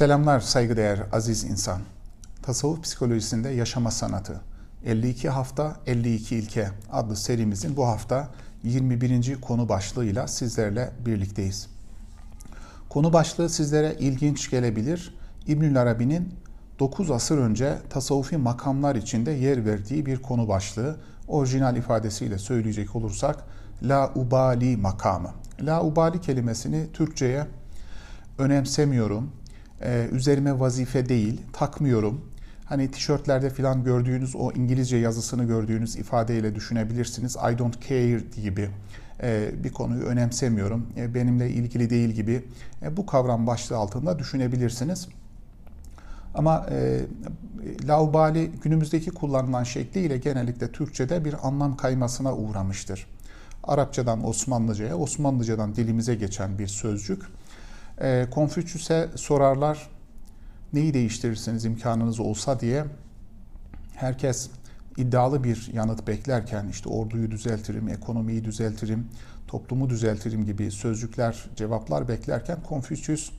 Selamlar saygıdeğer aziz insan. Tasavvuf psikolojisinde yaşama sanatı 52 hafta 52 ilke adlı serimizin bu hafta 21. konu başlığıyla sizlerle birlikteyiz. Konu başlığı sizlere ilginç gelebilir. İbnül Arabi'nin 9 asır önce tasavvufi makamlar içinde yer verdiği bir konu başlığı. Orijinal ifadesiyle söyleyecek olursak la ubali makamı. La ubali kelimesini Türkçe'ye önemsemiyorum, üzerime vazife değil, takmıyorum. Hani tişörtlerde falan gördüğünüz o İngilizce yazısını gördüğünüz ifadeyle düşünebilirsiniz. I don't care gibi bir konuyu önemsemiyorum, benimle ilgili değil gibi bu kavram başlığı altında düşünebilirsiniz. Ama laubali günümüzdeki kullanılan şekliyle genellikle Türkçe'de bir anlam kaymasına uğramıştır. Arapçadan Osmanlıca'ya, Osmanlıcadan dilimize geçen bir sözcük. Konfüçyüs'e sorarlar, neyi değiştirirsiniz imkanınız olsa diye. Herkes iddialı bir yanıt beklerken işte orduyu düzeltirim, ekonomiyi düzeltirim, toplumu düzeltirim gibi sözcükler, cevaplar beklerken Konfüçyüs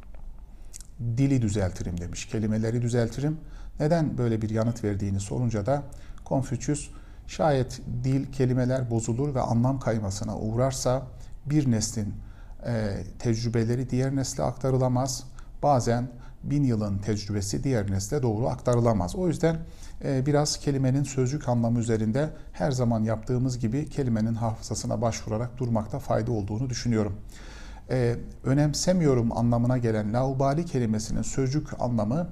dili düzeltirim demiş, kelimeleri düzeltirim. Neden böyle bir yanıt verdiğini sorunca da Konfüçyüs şayet dil, kelimeler bozulur ve anlam kaymasına uğrarsa bir neslin tecrübeleri diğer nesle aktarılamaz. Bazen 1000 yılın tecrübesi diğer nesle doğru aktarılamaz. O yüzden biraz kelimenin sözcük anlamı üzerinde her zaman yaptığımız gibi kelimenin hafızasına başvurarak durmakta fayda olduğunu düşünüyorum. Önemsemiyorum anlamına gelen laubali kelimesinin sözcük anlamı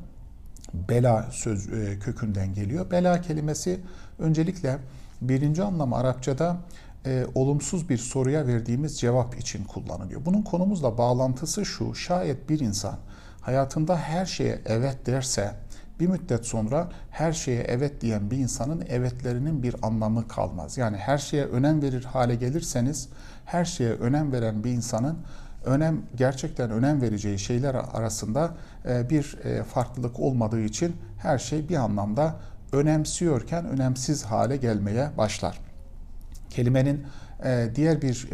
bela kökünden geliyor. Bela kelimesi öncelikle birinci anlamı Arapçada olumsuz bir soruya verdiğimiz cevap için kullanılıyor. Bunun konumuzla bağlantısı şu: şayet bir insan hayatında her şeye evet derse bir müddet sonra her şeye evet diyen bir insanın evetlerinin bir anlamı kalmaz. Yani her şeye önem verir hale gelirseniz, her şeye önem veren bir insanın gerçekten önem vereceği şeyler arasında bir farklılık olmadığı için her şey bir anlamda önemsiyorken önemsiz hale gelmeye başlar. Kelimenin diğer bir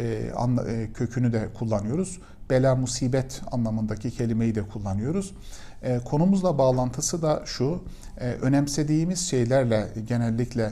kökünü de kullanıyoruz. Bela, musibet anlamındaki kelimeyi de kullanıyoruz. Konumuzla bağlantısı da şu: önemsediğimiz şeylerle genellikle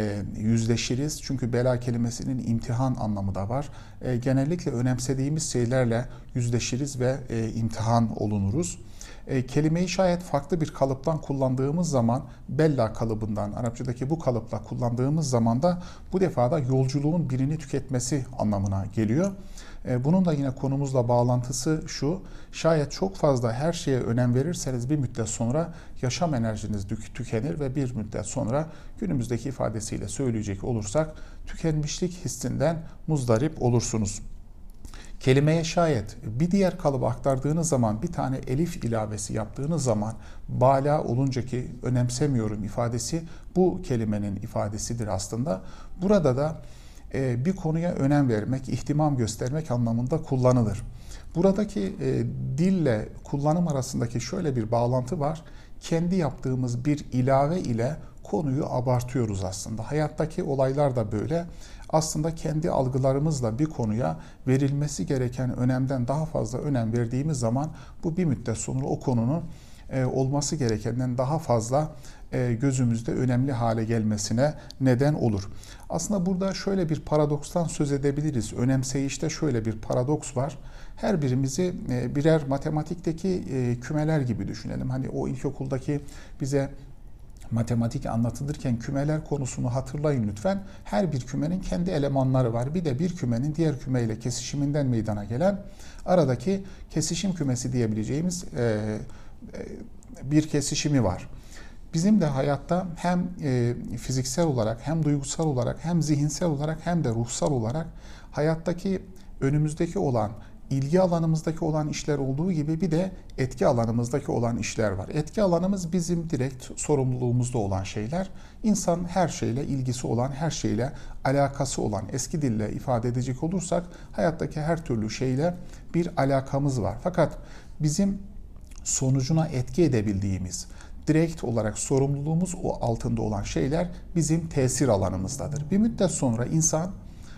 yüzleşiriz. Çünkü bela kelimesinin imtihan anlamı da var. Genellikle önemsediğimiz şeylerle yüzleşiriz ve imtihan olunuruz. Kelimeyi şayet farklı bir kalıptan kullandığımız zaman, bella kalıbından, Arapçadaki bu kalıpla kullandığımız zaman da bu defa da yolculuğun birini tüketmesi anlamına geliyor. Bunun da yine konumuzla bağlantısı şu: şayet çok fazla her şeye önem verirseniz bir müddet sonra yaşam enerjiniz tükenir ve bir müddet sonra günümüzdeki ifadesiyle söyleyecek olursak tükenmişlik hissinden muzdarip olursunuz. Kelimeye şayet bir diğer kalıba aktardığınız zaman, bir tane elif ilavesi yaptığınız zaman, bala olunca ki önemsemiyorum ifadesi bu kelimenin ifadesidir aslında. Burada da bir konuya önem vermek, ihtimam göstermek anlamında kullanılır. Buradaki dille kullanım arasındaki şöyle bir bağlantı var: kendi yaptığımız bir ilave ile konuyu abartıyoruz aslında. Hayattaki olaylar da böyle. Aslında kendi algılarımızla bir konuya verilmesi gereken önemden daha fazla önem verdiğimiz zaman bu bir müddet sonra o konunun olması gerekenden daha fazla gözümüzde önemli hale gelmesine neden olur. Aslında burada şöyle bir paradokstan söz edebiliriz. Önemseyişte şöyle bir paradoks var. Her birimizi birer matematikteki kümeler gibi düşünelim. Hani o ilkokuldaki bize matematik anlatılırken kümeler konusunu hatırlayın lütfen. Her bir kümenin kendi elemanları var. Bir de bir kümenin diğer kümeyle kesişiminden meydana gelen aradaki kesişim kümesi diyebileceğimiz bir kesişimi var. Bizim de hayatta hem fiziksel olarak, hem duygusal olarak, hem zihinsel olarak, hem de ruhsal olarak hayattaki önümüzdeki olan, ilgi alanımızdaki olan işler olduğu gibi bir de etki alanımızdaki olan işler var. Etki alanımız bizim direkt sorumluluğumuzda olan şeyler. İnsan her şeyle ilgisi olan, her şeyle alakası olan, eski dille ifade edecek olursak hayattaki her türlü şeyle bir alakamız var. Fakat bizim sonucuna etki edebildiğimiz, direkt olarak sorumluluğumuz o altında olan şeyler bizim tesir alanımızdadır. Bir müddet sonra insan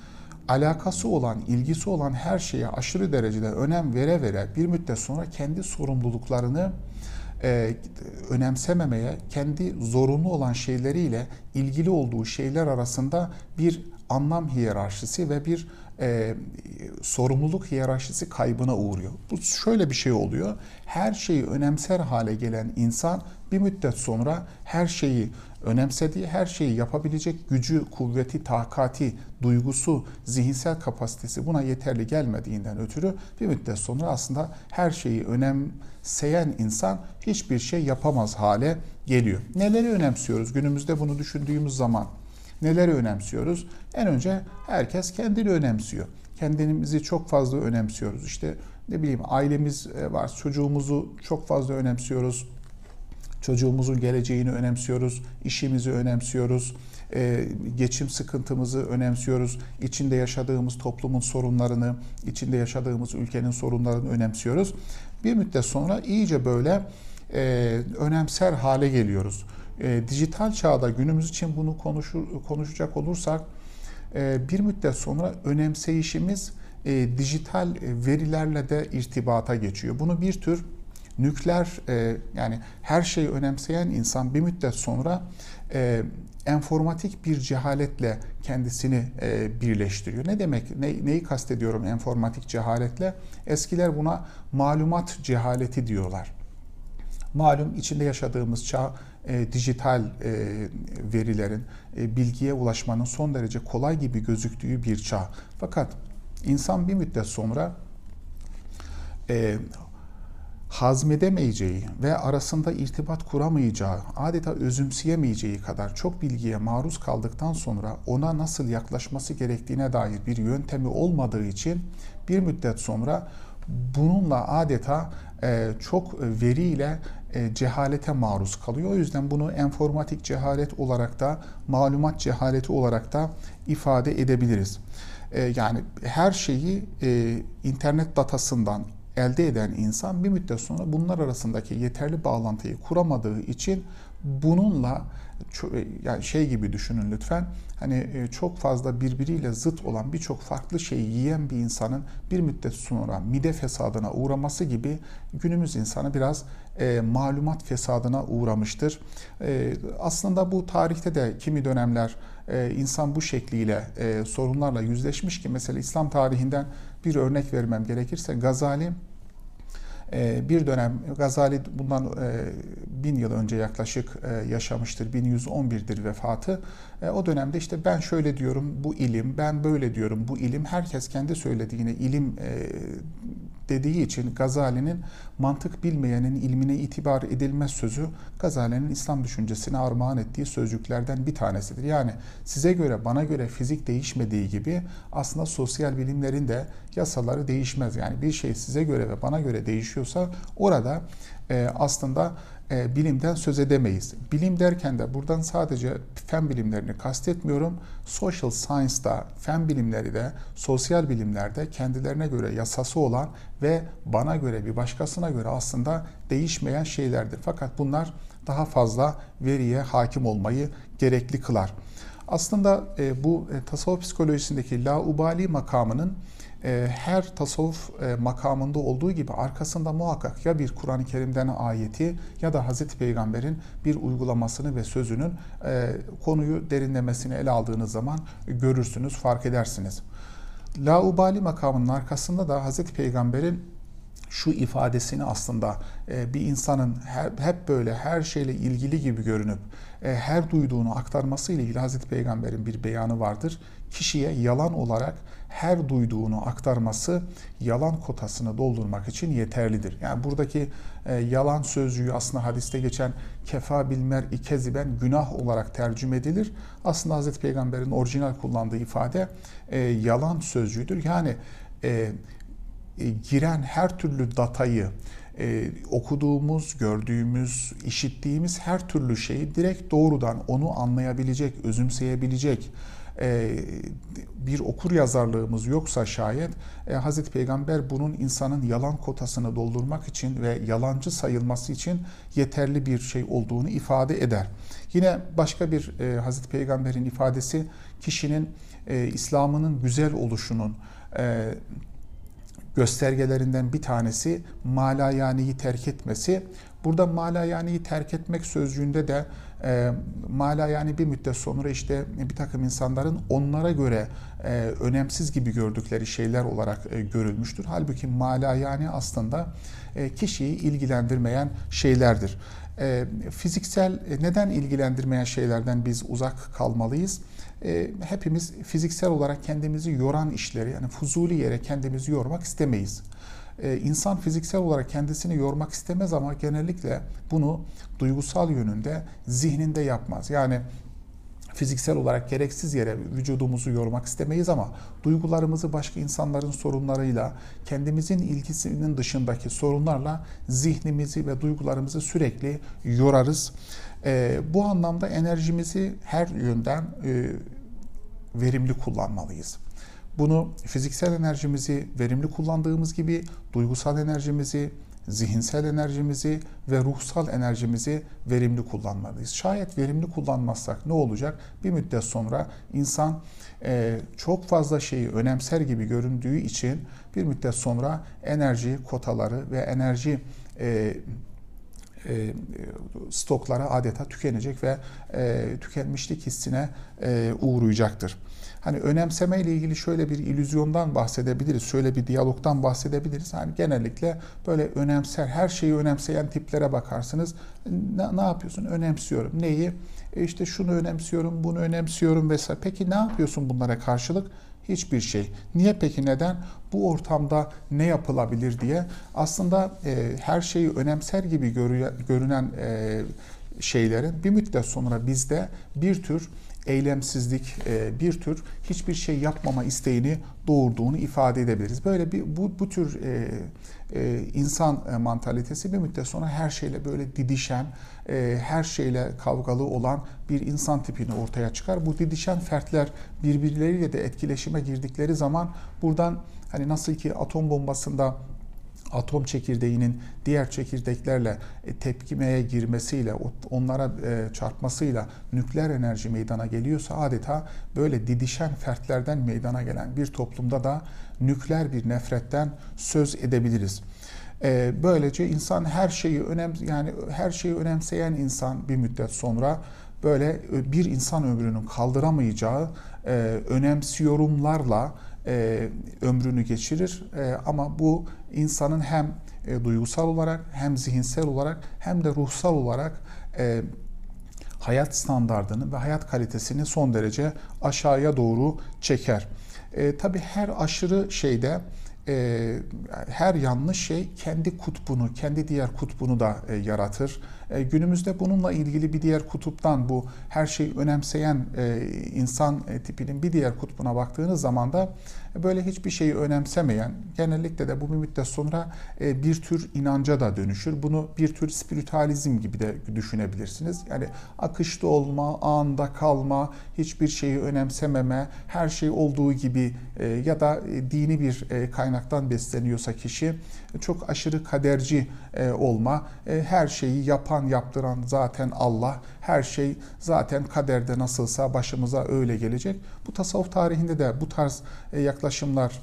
alakası olan, ilgisi olan her şeye aşırı derecede önem vere vere bir müddet sonra kendi sorumluluklarını önemsememeye, kendi zorunlu olan şeyleriyle ilgili olduğu şeyler arasında bir anlam hiyerarşisi ve bir sorumluluk hiyerarşisi kaybına uğruyor. Bu şöyle bir şey oluyor. Her şeyi önemser hale gelen insan bir müddet sonra her şeyi önemsediği, her şeyi yapabilecek gücü, kuvveti, takati, duygusu, zihinsel kapasitesi buna yeterli gelmediğinden ötürü bir müddet sonra aslında her şeyi önemseyen insan hiçbir şey yapamaz hale geliyor. Neleri önemsiyoruz? Günümüzde bunu düşündüğümüz zaman neleri önemsiyoruz? En önce herkes kendini önemsiyor. Kendimizi çok fazla önemsiyoruz. İşte ne bileyim ailemiz var, çocuğumuzu çok fazla önemsiyoruz. Çocuğumuzun geleceğini önemsiyoruz, işimizi önemsiyoruz, geçim sıkıntımızı önemsiyoruz, içinde yaşadığımız toplumun sorunlarını, içinde yaşadığımız ülkenin sorunlarını önemsiyoruz. Bir müddet sonra iyice böyle önemser hale geliyoruz. Dijital çağda günümüz için bunu konuşacak olursak bir müddet sonra önemseyişimiz dijital verilerle de irtibata geçiyor. Bunu bir tür nükleer yani her şeyi önemseyen insan bir müddet sonra enformatik bir cehaletle kendisini birleştiriyor. Ne demek? Neyi kastediyorum enformatik cehaletle? Eskiler buna malumat cehaleti diyorlar. Malum içinde yaşadığımız çağ dijital verilerin, bilgiye ulaşmanın son derece kolay gibi gözüktüğü bir çağ. Fakat insan bir müddet sonra hazmedemeyeceği ve arasında irtibat kuramayacağı, adeta özümseyemeyeceği kadar çok bilgiye maruz kaldıktan sonra ona nasıl yaklaşması gerektiğine dair bir yöntemi olmadığı için bir müddet sonra bununla adeta çok veriyle cehalete maruz kalıyor. O yüzden bunu enformatik cehalet olarak da, malumat cehaleti olarak da ifade edebiliriz. Yani her şeyi internet datasından elde eden insan bir müddet sonra bunlar arasındaki yeterli bağlantıyı kuramadığı için bununla yani şey gibi düşünün lütfen. Hani çok fazla birbiriyle zıt olan birçok farklı şeyi yiyen bir insanın bir müddet sonra mide fesadına uğraması gibi günümüz insanı biraz malumat fesadına uğramıştır. Aslında bu tarihte de kimi dönemler insan bu şekliyle sorunlarla yüzleşmiş ki mesela İslam tarihinden bir örnek vermem gerekirse Gazali bir dönem Gazali bundan 1000 yıl önce yaklaşık yaşamıştır. 1111'dir vefatı. O dönemde işte ben şöyle diyorum bu ilim, ben böyle diyorum bu ilim. Herkes kendi söylediğine ilim dediği için Gazali'nin mantık bilmeyenin ilmine itibar edilmez sözü Gazali'nin İslam düşüncesine armağan ettiği sözcüklerden bir tanesidir. Yani size göre bana göre fizik değişmediği gibi aslında sosyal bilimlerin de yasaları değişmez. Yani bir şey size göre ve bana göre değişiyorsa orada aslında bilimden söz edemeyiz. Bilim derken de buradan sadece fen bilimlerini kastetmiyorum. Social Science'da, fen bilimleri de, sosyal bilimlerde kendilerine göre yasası olan ve bana göre bir başkasına göre aslında değişmeyen şeylerdir. Fakat bunlar daha fazla veriye hakim olmayı gerekli kılar. Aslında bu tasavvuf psikolojisindeki laubali makamının her tasavvuf makamında olduğu gibi arkasında muhakkak ya bir Kur'an-ı Kerim'den ayeti ya da Hazreti Peygamber'in bir uygulamasını ve sözünün konuyu derinlemesine ele aldığınız zaman görürsünüz, fark edersiniz. Laubali makamının arkasında da Hazreti Peygamber'in şu ifadesini aslında bir insanın hep böyle her şeyle ilgili gibi görünüp her duyduğunu aktarması ile ilgili Hazreti Peygamber'in bir beyanı vardır. Kişiye yalan olarak her duyduğunu aktarması yalan kotasını doldurmak için yeterlidir. Yani buradaki yalan sözcüğü aslında hadiste geçen kefa bil mer'i keziben günah olarak tercüme edilir. Aslında Hazreti Peygamber'in orijinal kullandığı ifade yalan sözcüğüdür. Yani giren her türlü datayı, okuduğumuz, gördüğümüz, işittiğimiz her türlü şeyi direkt doğrudan onu anlayabilecek, özümseyebilecek bir okur yazarlığımız yoksa şayet Hazreti Peygamber bunun insanın yalan kotasını doldurmak için ve yalancı sayılması için yeterli bir şey olduğunu ifade eder. Yine başka bir Hazreti Peygamber'in ifadesi kişinin İslam'ının güzel oluşunun göstergelerinden bir tanesi malayaniyi terk etmesi. Burada malayaniyi terk etmek sözcüğünde de malayani bir müddet sonra işte bir takım insanların onlara göre önemsiz gibi gördükleri şeyler olarak görülmüştür. Halbuki malayani aslında kişiyi ilgilendirmeyen şeylerdir. Fiziksel neden ilgilendirmeyen şeylerden biz uzak kalmalıyız? Hepimiz fiziksel olarak kendimizi yoran işleri, yani fuzuli yere kendimizi yormak istemeyiz. İnsan fiziksel olarak kendisini yormak istemez ama genellikle bunu duygusal yönünde, zihninde yapmaz. Yani fiziksel olarak gereksiz yere vücudumuzu yormak istemeyiz ama duygularımızı başka insanların sorunlarıyla, kendimizin ilgisinin dışındaki sorunlarla zihnimizi ve duygularımızı sürekli yorarız. Bu anlamda enerjimizi her yönden verimli kullanmalıyız. Bunu fiziksel enerjimizi verimli kullandığımız gibi duygusal enerjimizi, zihinsel enerjimizi ve ruhsal enerjimizi verimli kullanmalıyız. Şayet verimli kullanmazsak ne olacak? Bir müddet sonra insan çok fazla şeyi önemser gibi göründüğü için bir müddet sonra enerji kotaları ve enerji stokları adeta tükenecek ve tükenmişlik hissine uğrayacaktır. Hani önemseme ile ilgili şöyle bir illüzyondan bahsedebiliriz, şöyle bir diyalogdan bahsedebiliriz. Hani genellikle böyle önemser, her şeyi önemseyen tiplere bakarsınız. Ne yapıyorsun? Önemsiyorum. Neyi? İşte şunu önemsiyorum, bunu önemsiyorum vesaire. Peki ne yapıyorsun bunlara karşılık? Hiçbir şey. Niye peki, neden? Bu ortamda ne yapılabilir diye aslında her şeyi önemser gibi görünen şeylerin bir müddet sonra bizde bir tür eylemsizlik, bir tür hiçbir şey yapmama isteğini doğurduğunu ifade edebiliriz. Böyle bu tür insan mantalitesi bir müddet sonra her şeyle böyle didişen, her şeyle kavgalı olan bir insan tipini ortaya çıkar. Bu didişen fertler birbirleriyle de etkileşime girdikleri zaman buradan hani nasıl ki atom bombasında atom çekirdeğinin diğer çekirdeklerle tepkimeye girmesiyle, onlara çarpmasıyla nükleer enerji meydana geliyorsa adeta böyle didişen fertlerden meydana gelen bir toplumda da nükleer bir nefretten söz edebiliriz. Böylece insan her şeyi önemseyen insan bir müddet sonra böyle bir insan ömrünün kaldıramayacağı önemsiyorumlarla ömrünü geçirir. Ama bu insanın hem duygusal olarak hem zihinsel olarak hem de ruhsal olarak hayat standardını ve hayat kalitesini son derece aşağıya doğru çeker. Tabii her aşırı şeyde her yanlış şey kendi kutbunu, kendi diğer kutbunu da yaratır. Günümüzde bununla ilgili bir diğer kutuptan, bu her şeyi önemseyen insan tipinin bir diğer kutbuna baktığınız zaman da böyle hiçbir şeyi önemsemeyen, genellikle de bu bir müddet sonra bir tür inanca da dönüşür. Bunu bir tür spiritüalizm gibi de düşünebilirsiniz. Yani akışta olma, anda kalma, hiçbir şeyi önemsememe, her şey olduğu gibi ya da dini bir kaynaktan besleniyorsa kişi çok aşırı kaderci olma, her şeyi yapan, yaptıran zaten Allah, her şey zaten kaderde nasılsa başımıza öyle gelecek. Bu tasavvuf tarihinde de bu tarz yaklaşımlar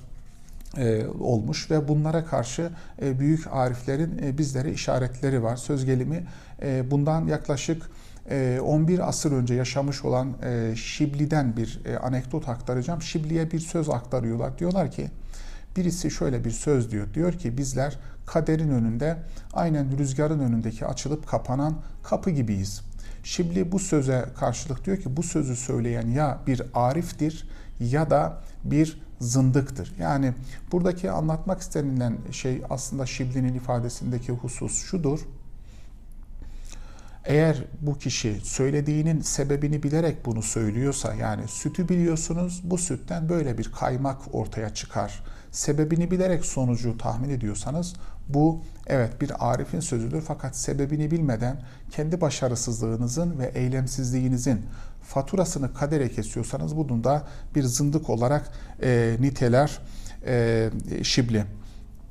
olmuş ve bunlara karşı büyük ariflerin bizlere işaretleri var. Söz gelimi bundan yaklaşık 11 asır önce yaşamış olan Şibli'den bir anekdot aktaracağım. Şibli'ye bir söz aktarıyorlar. Diyorlar ki, birisi şöyle bir söz diyor. Diyor ki bizler kaderin önünde aynen rüzgarın önündeki açılıp kapanan kapı gibiyiz. Şibli bu söze karşılık diyor ki bu sözü söyleyen ya bir ariftir ya da bir zındıktır. Yani buradaki anlatmak istenilen şey aslında Şibli'nin ifadesindeki husus şudur. Eğer bu kişi söylediğinin sebebini bilerek bunu söylüyorsa, yani sütü biliyorsunuz, bu sütten böyle bir kaymak ortaya çıkar. Sebebini bilerek sonucu tahmin ediyorsanız bu evet bir arifin sözüdür, fakat sebebini bilmeden kendi başarısızlığınızın ve eylemsizliğinizin faturasını kadere kesiyorsanız bunun da bir zındık olarak niteler Şibli.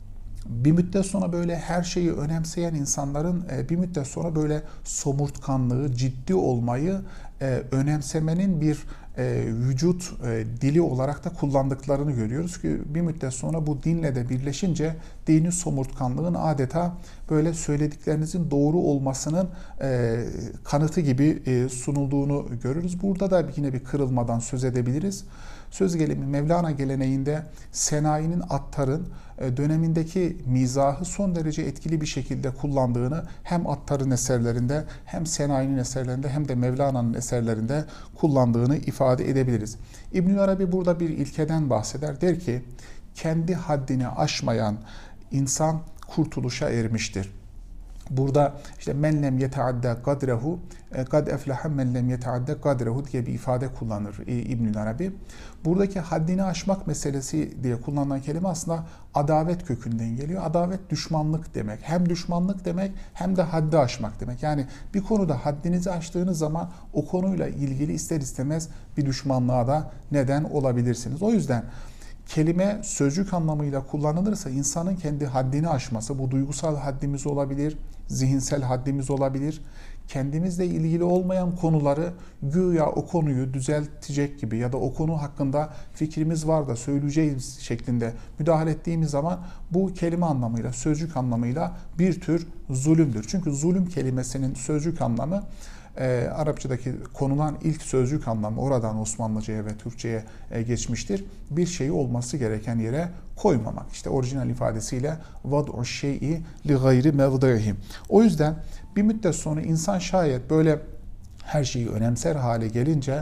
Bir müddet sonra böyle her şeyi önemseyen insanların bir müddet sonra böyle somurtkanlığı, ciddi olmayı önemsemenin bir vücut dili olarak da kullandıklarını görüyoruz ki bir müddet sonra bu dinle de birleşince dini somurtkanlığın adeta böyle söylediklerinizin doğru olmasının kanıtı gibi sunulduğunu görürüz. Burada da yine bir kırılmadan söz edebiliriz. Söz gelimi Mevlana geleneğinde Senayi'nin, Attar'ın dönemindeki mizahı son derece etkili bir şekilde kullandığını hem Attar'ın eserlerinde hem Senayi'nin eserlerinde hem de Mevlana'nın eserlerinde kullandığını ifade edebiliriz. İbnül Arabi burada bir ilkeden bahseder. Der ki, kendi haddini aşmayan insan kurtuluşa ermiştir. Burada işte men lem yeteadde kadrehu kad efleha men lem yeteadde kadrehu diye bir ifade kullanır İbnül Arabi. Buradaki haddini aşmak meselesi diye kullanılan kelime aslında adavet kökünden geliyor. Adavet düşmanlık demek. Hem düşmanlık demek hem de haddi aşmak demek. Yani bir konuda haddinizi aştığınız zaman o konuyla ilgili ister istemez bir düşmanlığa da neden olabilirsiniz. O yüzden kelime sözcük anlamıyla kullanılırsa insanın kendi haddini aşması, bu duygusal haddimiz olabilir, zihinsel haddimiz olabilir. Kendimizle ilgili olmayan konuları güya o konuyu düzeltecek gibi ya da o konu hakkında fikrimiz var da söyleyeceğiz şeklinde müdahale ettiğimiz zaman bu kelime anlamıyla, sözcük anlamıyla bir tür zulümdür. Çünkü zulüm kelimesinin sözcük anlamı Arapçadaki konulan ilk sözcük anlamı oradan Osmanlıca'ya ve Türkçe'ye geçmiştir. Bir şeyi olması gereken yere koymamak. İşte orijinal ifadesiyle vad'u şey'i li gayri mevdihi. O yüzden bir müddet sonra insan şayet böyle her şeyi önemser hale gelince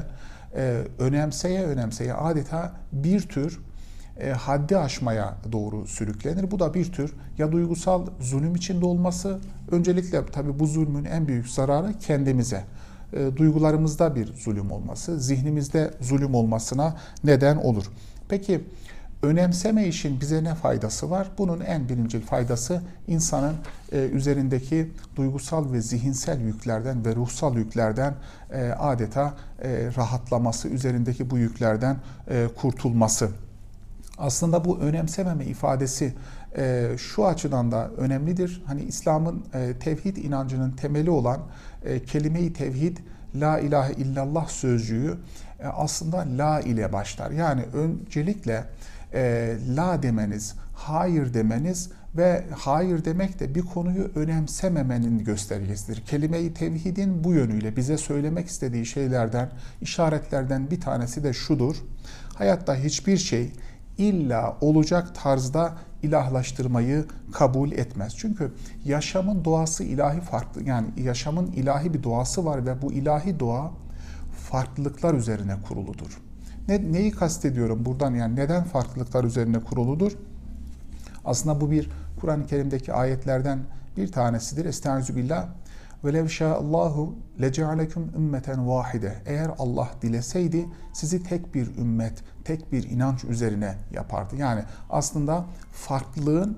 önemseye adeta bir tür haddi aşmaya doğru sürüklenir. Bu da bir tür ya duygusal zulüm içinde olması, öncelikle tabii bu zulmün en büyük zararı kendimize, duygularımızda bir zulüm olması, zihnimizde zulüm olmasına neden olur. Peki önemseme işin bize ne faydası var? Bunun en birincil faydası insanın üzerindeki duygusal ve zihinsel yüklerden ve ruhsal yüklerden adeta rahatlaması, üzerindeki bu yüklerden kurtulması. Aslında bu önemsememe ifadesi şu açıdan da önemlidir. Hani İslam'ın tevhid inancının temeli olan kelime-i tevhid, la ilahe illallah sözcüğü aslında la ile başlar. Yani öncelikle la demeniz, hayır demeniz ve hayır demek de bir konuyu önemsememenin göstergesidir. Kelime-i tevhidin bu yönüyle bize söylemek istediği şeylerden, işaretlerden bir tanesi de şudur. Hayatta hiçbir şey illa olacak tarzda ilahlaştırmayı kabul etmez. Çünkü yaşamın doğası ilahi farklı. Yani yaşamın ilahi bir doğası var ve bu ilahi doğa farklılıklar üzerine kuruludur. Neyi kastediyorum buradan, yani neden farklılıklar üzerine kuruludur? Aslında bu bir Kur'an-ı Kerim'deki ayetlerden bir tanesidir. Estaizu billah. وَلَوْ شَاءَ اللّٰهُ لَجَعَلَكُمْ ümmeten vahide. Eğer Allah dileseydi sizi tek bir ümmet, tek bir inanç üzerine yapardı. Yani aslında farklılığın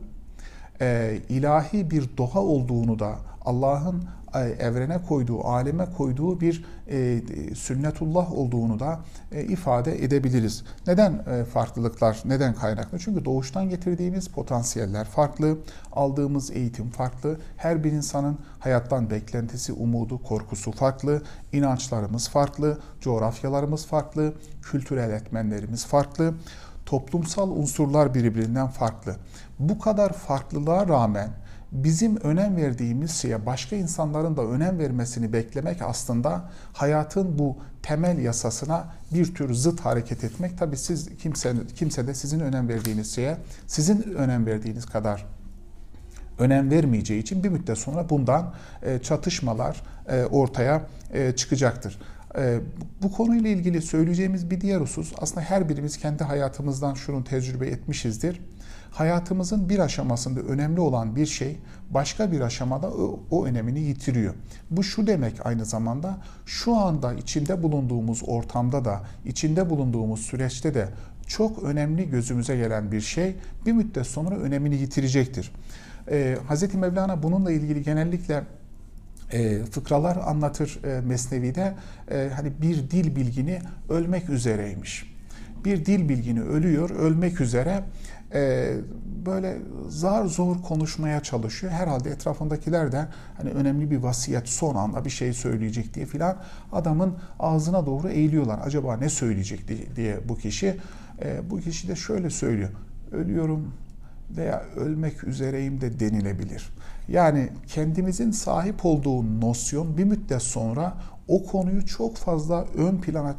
ilahi bir doğa olduğunu da Allah'ın evrene koyduğu, aleme koyduğu bir sünnetullah olduğunu da ifade edebiliriz. Neden farklılıklar, neden kaynaklı? Çünkü doğuştan getirdiğimiz potansiyeller farklı, aldığımız eğitim farklı, her bir insanın hayattan beklentisi, umudu, korkusu farklı, inançlarımız farklı, coğrafyalarımız farklı, kültürel etmenlerimiz farklı, toplumsal unsurlar birbirinden farklı. Bu kadar farklılığa rağmen bizim önem verdiğimiz şeye başka insanların da önem vermesini beklemek aslında hayatın bu temel yasasına bir tür zıt hareket etmek. Tabii kimse de sizin önem verdiğiniz şeye sizin önem verdiğiniz kadar önem vermeyeceği için bir müddet sonra bundan çatışmalar ortaya çıkacaktır. Bu konuyla ilgili söyleyeceğimiz bir diğer husus, aslında her birimiz kendi hayatımızdan şunu tecrübe etmişizdir. Hayatımızın bir aşamasında önemli olan bir şey başka bir aşamada o önemini yitiriyor. Bu şu demek aynı zamanda, şu anda içinde bulunduğumuz ortamda da, içinde bulunduğumuz süreçte de çok önemli gözümüze gelen bir şey bir müddet sonra önemini yitirecektir. Hz. Mevlana bununla ilgili genellikle fıkralar anlatır Mesnevi'de. Hani bir dil bilgini ölmek üzereymiş. bir dil bilgini ölüyor, ölmek üzere böyle zar zor konuşmaya çalışıyor. Herhalde etrafındakiler de hani önemli bir vasiyet, son anda bir şey söyleyecek diye filan adamın ağzına doğru eğiliyorlar. Acaba ne söyleyecek diye bu kişi. Bu kişi de şöyle söylüyor: ölüyorum veya ölmek üzereyim de denilebilir. Yani kendimizin sahip olduğu nosyon bir müddet sonra o konuyu çok fazla ön plana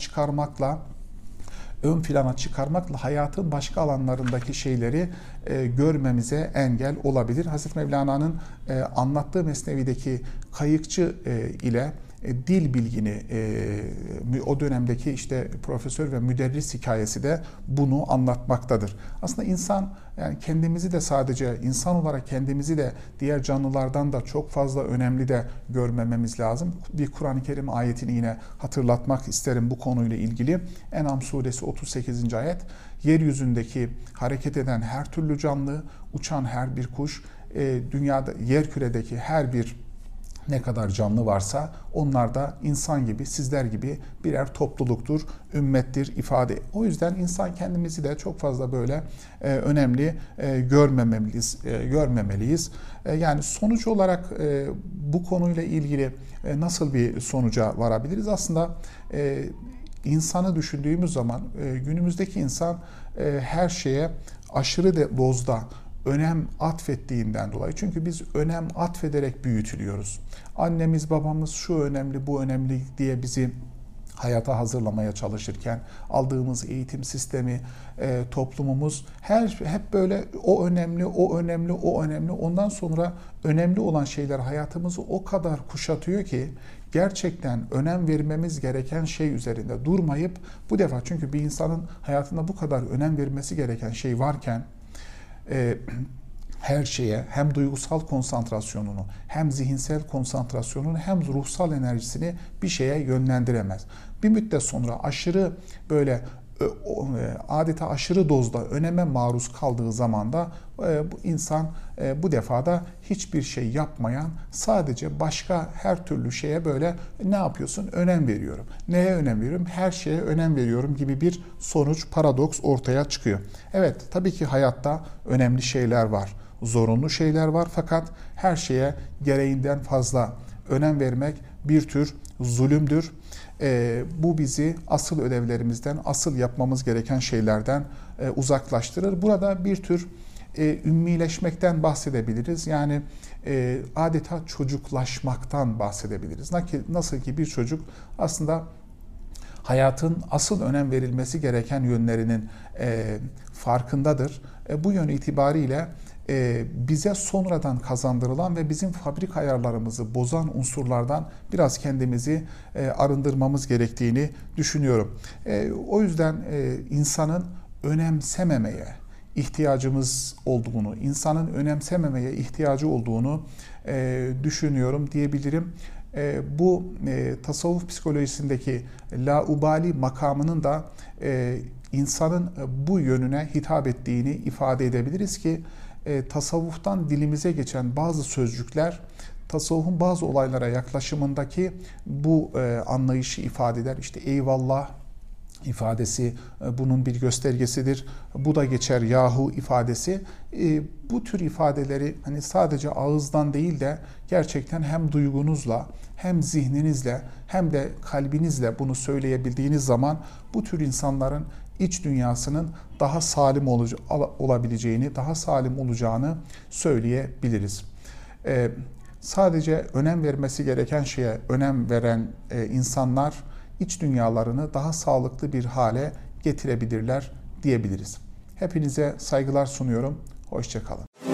çıkarmakla hayatın başka alanlarındaki şeyleri görmemize engel olabilir. Hazreti Mevlana'nın anlattığı Mesnevi'deki kayıkçı ile dil bilgini, o dönemdeki işte profesör ve müderris hikayesi de bunu anlatmaktadır. Aslında insan, yani kendimizi de, sadece insan olarak kendimizi de diğer canlılardan da çok fazla önemli de görmememiz lazım. Bir Kur'an-ı Kerim ayetini yine hatırlatmak isterim bu konuyla ilgili. En'am suresi 38. ayet: yeryüzündeki hareket eden her türlü canlı, uçan her bir kuş, dünyada, yerküredeki her bir ne kadar canlı varsa onlar da insan gibi, sizler gibi birer topluluktur, ümmettir ifade. O yüzden insan kendimizi de çok fazla böyle önemli görmemeliyiz. Yani sonuç olarak bu konuyla ilgili nasıl bir sonuca varabiliriz? Aslında insanı düşündüğümüz zaman günümüzdeki insan her şeye aşırı dozda önem atfettiğinden dolayı. Çünkü biz önem atfederek büyütülüyoruz. Annemiz, babamız şu önemli, bu önemli diye bizi hayata hazırlamaya çalışırken aldığımız eğitim sistemi, toplumumuz hep böyle o önemli, o önemli, o önemli. Ondan sonra önemli olan şeyler hayatımızı o kadar kuşatıyor ki gerçekten önem vermemiz gereken şey üzerinde durmayıp bu defa, çünkü bir insanın hayatında bu kadar önem vermesi gereken şey varken her şeye hem duygusal konsantrasyonunu, hem zihinsel konsantrasyonunu, hem ruhsal enerjisini bir şeye yönlendiremez. Bir müddet sonra aşırı böyle adeta aşırı dozda öneme maruz kaldığı zaman da bu insan bu defada hiçbir şey yapmayan, sadece başka her türlü şeye böyle ne yapıyorsun? Önem veriyorum. Neye önem veriyorum? Her şeye önem veriyorum gibi bir sonuç, paradoks ortaya çıkıyor. Evet, tabii ki hayatta önemli şeyler var, zorunlu şeyler var, fakat her şeye gereğinden fazla önem vermek bir tür zulümdür. Bu bizi asıl ödevlerimizden, asıl yapmamız gereken şeylerden uzaklaştırır. Burada bir tür ümmileşmekten bahsedebiliriz. Yani adeta çocuklaşmaktan bahsedebiliriz. Nasıl ki bir çocuk aslında hayatın asıl önem verilmesi gereken yönlerinin farkındadır. Bu yön itibariyle bize sonradan kazandırılan ve bizim fabrik ayarlarımızı bozan unsurlardan biraz kendimizi arındırmamız gerektiğini düşünüyorum. O yüzden insanın önemsememeye ihtiyacımız olduğunu, insanın önemsememeye ihtiyacı olduğunu düşünüyorum diyebilirim. Bu tasavvuf psikolojisindeki laubali makamının da insanın bu yönüne hitap ettiğini ifade edebiliriz ki tasavvuftan dilimize geçen bazı sözcükler tasavvufun bazı olaylara yaklaşımındaki bu anlayışı ifade eder. İşte eyvallah ifadesi bunun bir göstergesidir. Bu da geçer yahu ifadesi. Bu tür ifadeleri hani sadece ağızdan değil de gerçekten hem duygunuzla, hem zihninizle, hem de kalbinizle bunu söyleyebildiğiniz zaman bu tür insanların iç dünyasının daha salim olabileceğini, daha salim olacağını söyleyebiliriz. Sadece önem vermesi gereken şeye önem veren insanlar iç dünyalarını daha sağlıklı bir hale getirebilirler diyebiliriz. Hepinize saygılar sunuyorum. Hoşça kalın.